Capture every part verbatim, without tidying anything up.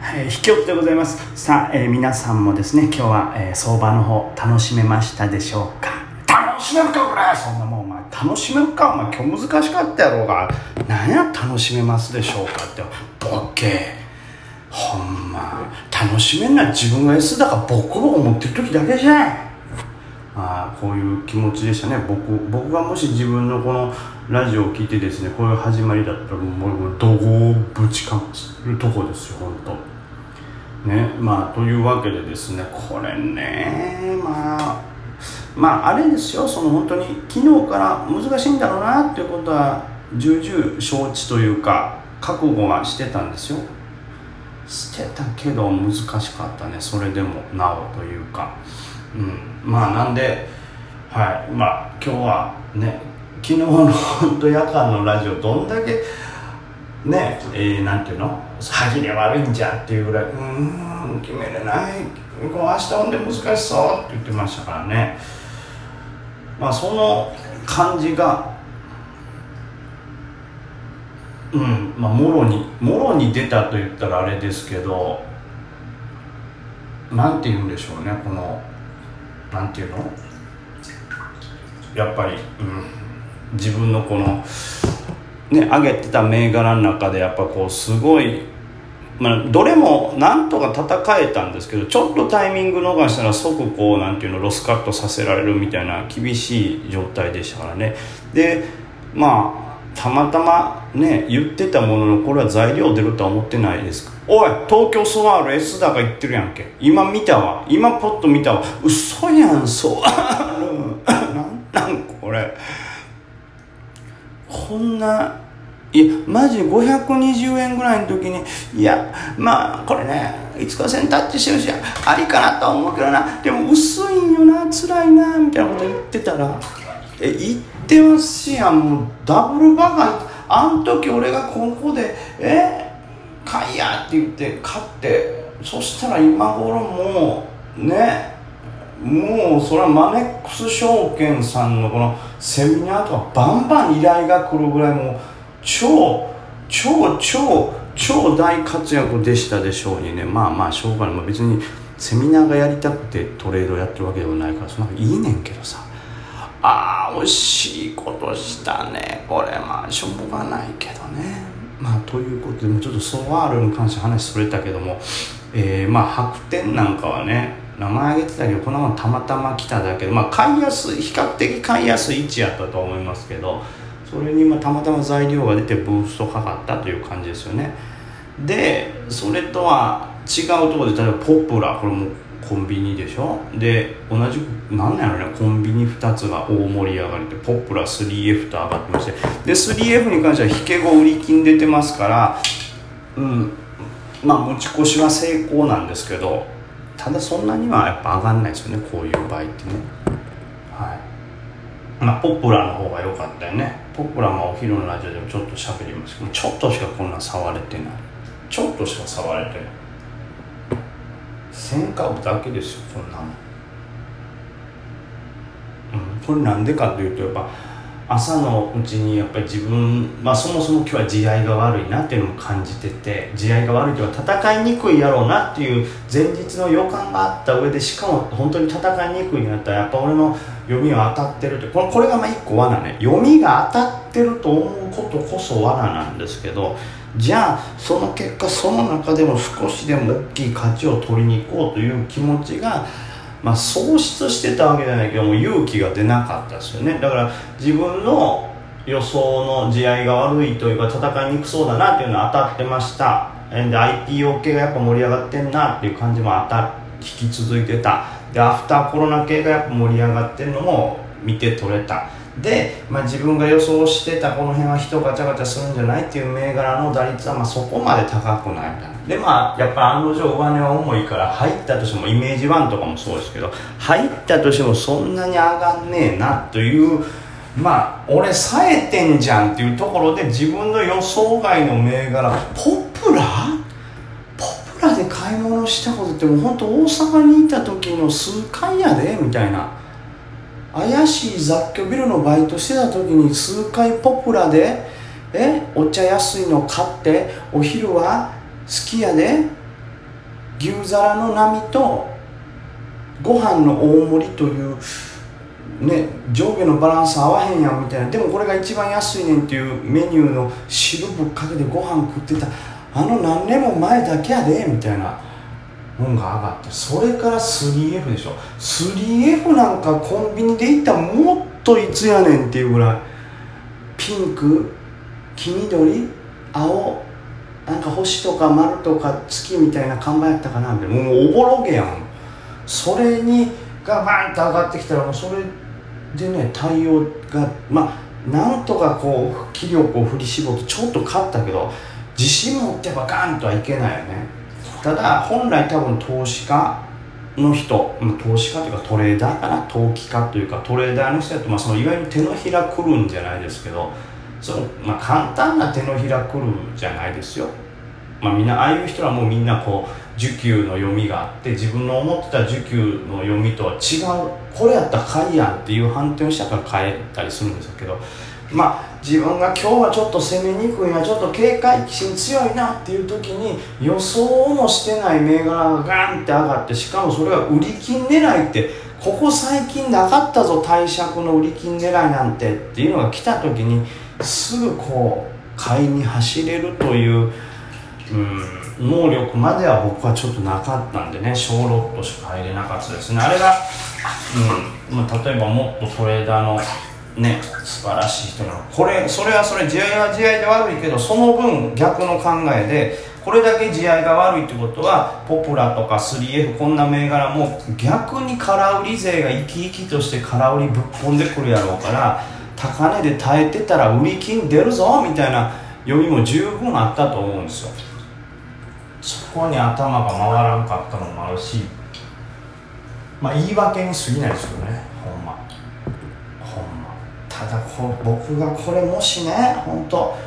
えー、秘境でございます。さあ、えー、皆さんもですね、今日は、えー、相場の方楽しめましたでしょうか。楽しめるかこれ、そんなもんお前楽しめるか、お前今日難しかったやろうが。何や楽しめますでしょうかってボッケー、ほんま楽しめんのは自分が S だからボコボコ持ってる時だけじゃん。ああ、こういう気持ちでしたね。僕僕がもし自分のこのラジオを聞いてですね、こういう始まりだったらもう怒号をぶちかまするとこですよ、本当ね。まあというわけでですね、これね、まあまああれですよ、その本当に昨日から難しいんだろうなっていうことは重々承知というか覚悟はしてたんですよ。してたけど難しかったね、それでもなおというか、うん、まあなんで、はい、まあ今日はね、昨日の本当夜間のラジオどんだけね、えー、なんていうの、歯切れ悪いんじゃっていうぐらい、うーん決めれない、こう明日ほんで難しそうって言ってましたからね。まあその感じがうんまあもろにもろに出たと言ったらあれですけど、なんて言うんでしょうね、このなんていうの、やっぱり、うん、自分のこのね上げてた銘柄の中でやっぱこうすごい、まあ、どれもなんとか戦えたんですけど、ちょっとタイミング逃したら即こうなんていうのロスカットさせられるみたいな厳しい状態でしたからね。でまあたまたまね言ってたものの、これは材料出るとは思ってないですか。おい東京ソワール S 高言ってるやんけ、今見たわ、今ポッと見たわ、嘘やんソワールなんなんこれ、こんな、いやマジごひゃくにじゅうえんぐらいの時に、いやまあこれねいつか線タッチしてるしありかなとは思うけどな、でも薄いんよな、辛いなみたいなこと言ってたら、え言ってますやん、もうダブルバカ、あん時俺がここでえ買いやって言って買って、そしたら今頃もうね、もうそれはマネックス証券さんのこのセミナーとかバンバン依頼が来るぐらい、もう超超超超大活躍でしたでしょうにね。まあまあしょうがない、まあ、別にセミナーがやりたくてトレードやってるわけではないから、そんなのいいねんけどさ、ああ惜しいことしたねこれ。まあしょうがないけどね。まあということで、もうちょっとソワールに関して話それたけども、えー、まあ白天なんかはね名前挙げてたけど、こんなもんたまたま来ただけで、まあ買いやすい、比較的買いやすい位置やったと思いますけど、それにまあたまたま材料が出てブーストかかったという感じですよね。でそれとは違うところで、例えばポプラ、これもコンビニでしょ。で同じなんなんやろね、コンビニふたつが大盛り上がりで、ポプラ スリーエフ と上がってまして、で スリーエフ に関しては引け後売り金出てますから、うんまあ持ち越しは成功なんですけど、ただそんなにはやっぱ上がんないですよね、こういう場合ってね。はいまあポプラの方が良かったよね。ポプラもお昼のラジオでもちょっと喋りますけど、ちょっとしかこんな触れてない、ちょっとしか触れてない、線株だけですよこんなの、うん、これなんでかというと、やっぱ朝のうちにやっぱり自分、まあそもそも今日は地合いが悪いなっていうのも感じてて、地合いが悪いというか戦いにくいやろうなっていう前日の予感があった上で、しかも本当に戦いにくいんだったらやっぱ俺の読みは当たってるって、これこれがまあ一個罠ね、読みが当たってると思うことこそ罠なんですけど、じゃあその結果その中でも少しでも大きい価値を取りに行こうという気持ちが、まあ、喪失してたわけじゃないけども勇気が出なかったですよね。だから自分の予想の地合いが悪いというか戦いにくそうだなっていうのは当たってました。で アイピーオー 系がやっぱ盛り上がってんなっていう感じも当た引き続いてた。でアフターコロナ系がやっぱ盛り上がってるのも見て取れた。で、まあ、自分が予想してたこの辺は人ガチャガチャするんじゃないっていう銘柄の打率はまあそこまで高くないみたいな。でまあやっぱ案の定上値は重いから入ったとしても、イメージワンとかもそうですけど、入ったとしてもそんなに上がんねえなという、まあ俺冴えてんじゃんっていうところで、自分の予想外の銘柄、ポプラポプラで買い物したことってもう本当大阪にいた時の数回やでみたいな。怪しい雑居ビルのバイトしてた時に数回ポプラでえお茶安いの買って、お昼は好きやで牛皿の並とご飯の大盛りというね、上下のバランス合わへんやんみたいな、でもこれが一番安いねんっていうメニューの汁ぶっかけてご飯食ってたあの何年も前だけやでみたいなもんが上がって、それから スリーエフ でしょ。 スリーエフ なんかコンビニで行ったらもっといつやねんっていうぐらいピンク、黄緑、青、なんか星とか丸とか月みたいな看板やったかなみたいな、もうおぼろげやん。それにがバーンと上がってきたらもうそれでね、対応がまあなんとかこう気力を振り絞ってちょっと勝ったけど、自信持ってばガンとはいけないよね。ただ本来多分投資家の人、投資家というかトレーダーかな、投機家というかトレーダーの人だと、まあ、そのいわゆる手のひらくるんじゃないですけど、その、まあ、簡単な手のひらくるんじゃないですよ。まあ、みんなああいう人はもうみんなこう需給の読みがあって、自分の思ってた需給の読みとは違う、これやったら買いやんっていう判定をしたから買えたりするんですけど、まあ自分が今日はちょっと攻めにくいな、ちょっと警戒心強いなっていう時に予想もしてない銘柄がガンって上がって、しかもそれは売り金狙いってここ最近なかったぞ、貸借の売り金狙いなんてっていうのが来た時にすぐこう買いに走れるといううん能力までは僕はちょっとなかったんでね、小ロットしか入れなかったですね。あれが、うんまあ、例えばもっとトレーダーのね素晴らしい人なの、これそれはそれ地合いは地合いで悪いけど、その分逆の考えでこれだけ地合いが悪いってことはポプラとか スリーエフ こんな銘柄も逆に空売り勢が生き生きとして空売りぶっ込んでくるやろうから、高値で耐えてたら売り金出るぞみたいな読みも十分あったと思うんですよ。そこに頭が回らんかったのもあるし、まあ言い訳に過ぎないですよね、ほんまほんま。ただこ僕がこれもしね、本当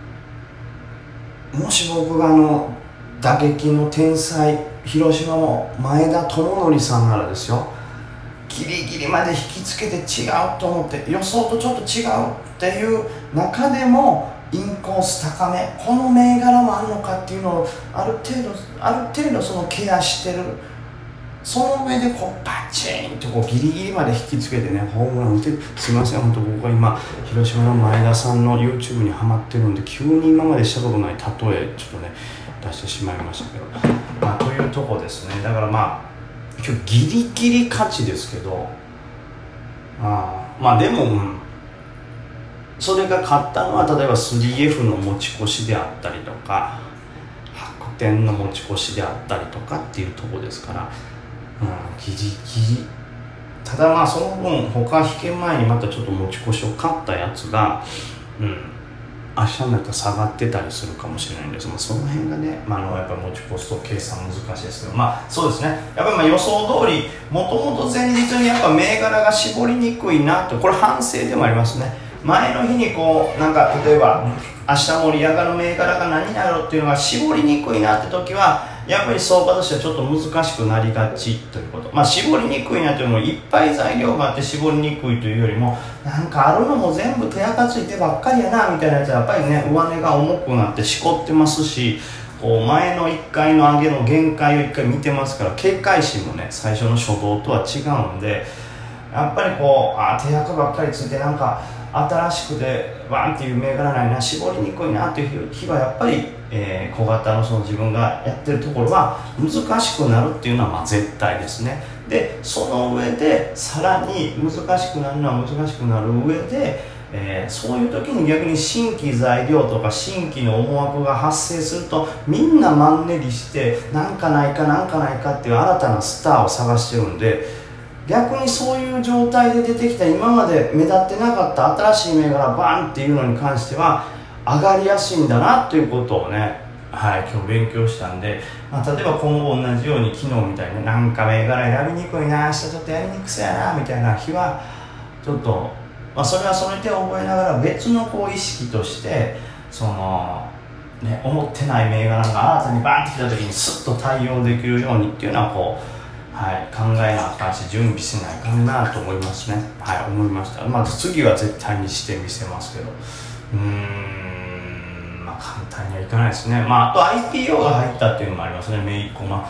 もし僕があの打撃の天才広島の前田智則さんならですよ、ギリギリまで引きつけて違うと思って予想とちょっと違うっていう中でもインコース高め、この銘柄もあるのかっていうのをある程度ある程度そのケアしてる、その上でこうバチーンとこうギリギリまで引きつけてねホームラン打てる。すいません、本当僕は今広島の前田さんの YouTube にハマってるんで急に今までしたことない例えちょっとね出してしまいましたけど、まあというとこですね。だからまあ今日ギリギリ勝ちですけど、あまあでも、うん、それが勝ったのは例えば スリーエフ の持ち越しであったりとか白天の持ち越しであったりとかっていうところですから、うん、ギリギリ。ただまあその分他引け前にまたちょっと持ち越しを勝ったやつが、うん、明日になったら下がってたりするかもしれないんです。まあ、その辺がね、まあ、あのやっぱり持ち越すと計算難しいですけど、まあそうですね、やっぱりまあ予想通りもともと前日にやっぱ銘柄が絞りにくいなと、これ反省でもありますね。前の日にこうなんか例えば明日盛り上がる銘柄が何だろうっていうのが絞りにくいなって時はやっぱり相場としてはちょっと難しくなりがちということ。まあ絞りにくいなというのもいっぱい材料があって絞りにくいというよりも、なんかあるのも全部手垢ついてばっかりやなみたいなやつはやっぱりね上値が重くなってしこってますし、こう前のいっかいの上げの限界をいっかい見てますから、警戒心もね最初の初動とは違うんで、やっぱりこうあ手垢ばっかりついてなんか新しくてワンっていう銘柄ないな、絞りにくいなっていう日はやっぱり、えー、小型のその自分がやってるところは難しくなるっていうのはまあ絶対ですね。でその上でさらに難しくなるのは難しくなる上で、えー、そういう時に逆に新規材料とか新規の思惑が発生するとみんなマンネリしてなんかないかなんかないかっていう新たなスターを探してるんで、逆にそういう状態で出てきた今まで目立ってなかった新しい銘柄バーンっていうのに関しては上がりやすいんだなということをね、はい、今日勉強したんで、まあ、例えば今後同じように昨日みたいになんか銘柄選びにくいな、明日ちょっとやりにくそうやなみたいな日はちょっと、まあ、それはそれで覚えながら別のこう意識としてそのね思ってない銘柄が新たにバーンってきた時にスッと対応できるようにっていうのはこうはい、考えなあかんし準備しないかんなと思いますね。はい、思いました。まず次は絶対にしてみせますけど、うーんまあ簡単にはいかないですね。まああと アイピーオー が入ったっていうのもありますね。めいっ子、まあ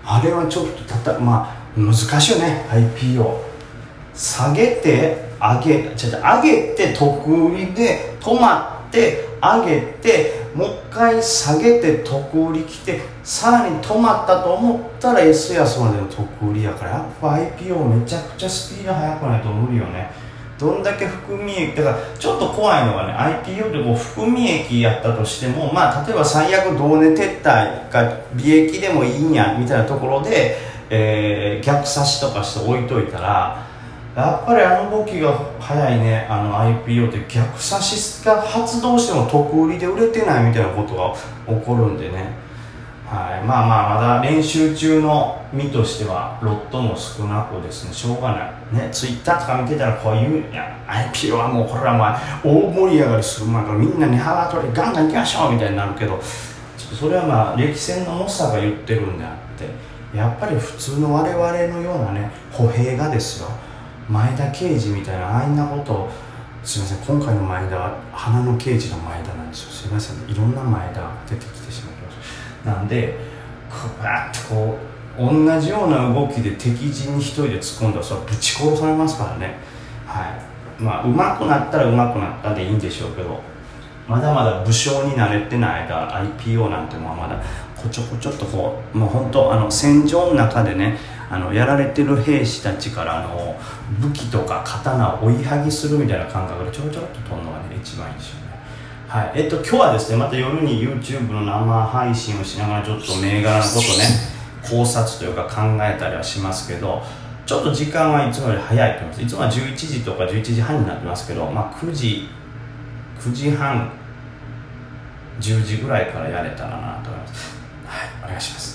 あれはちょっとたたまあ難しいよね。 アイピーオー 下げて上げ違う違う上げて得売りで止まって上げてもう一回下げて得売り来てさらに止まったと思ったら S 安までの得売りやから、やっぱ アイピーオー めちゃくちゃスピード速くないと無理よね。どんだけ含み益だからちょっと怖いのがね、 アイピーオー ってこう含み益やったとしても、まあ例えば最悪同値撤退か利益でもいいんやみたいなところで、えー、逆差しとかして置いといたら、やっぱりあの動きが早いね。あの アイピーオー って逆差しが発動しても得売りで売れてないみたいなことが起こるんでね。はい、まあまあまだ練習中の身としてはロットも少なくですね、しょうがないね。ツイッターとか見てたらこういういや アイピーオー はもうこれはまあ大盛り上がりする前からみんなにハートでガンガン行きましょうみたいになるけど、ちょっとそれはまあ歴戦の猛者が言ってるんであって、やっぱり普通の我々のようなね歩兵がですよ、前田刑事みたいなあんなことを、すみません今回の前田は花の刑事の前田なんですよ。すみません、いろんな前田が出てきてしまいました。なんでこうバーッとこう同じような動きで敵陣に一人で突っ込んだらそれはぶち殺されますからね。はい、まあ上手くなったら上手くなったでいいんでしょうけど、まだまだ武将に慣れてない間 アイピーオー なんてもうまだこちょこちょっとこう、もう本当あの戦場の中でね、あのやられてる兵士たちからあの武器とか刀を追い剥ぎするみたいな感覚でちょろちょろっと取るのがね一番いいんでしょうね。はい、えっと今日はですね、また夜に YouTube の生配信をしながらちょっと銘柄のことね考察というか考えたりはしますけど、ちょっと時間はいつもより早いと思います。いつもはじゅういちじとかじゅういちじはんになってますけど、まあ、くじくじはんじゅうじぐらいからやれたらなと思います。はい、お願いします。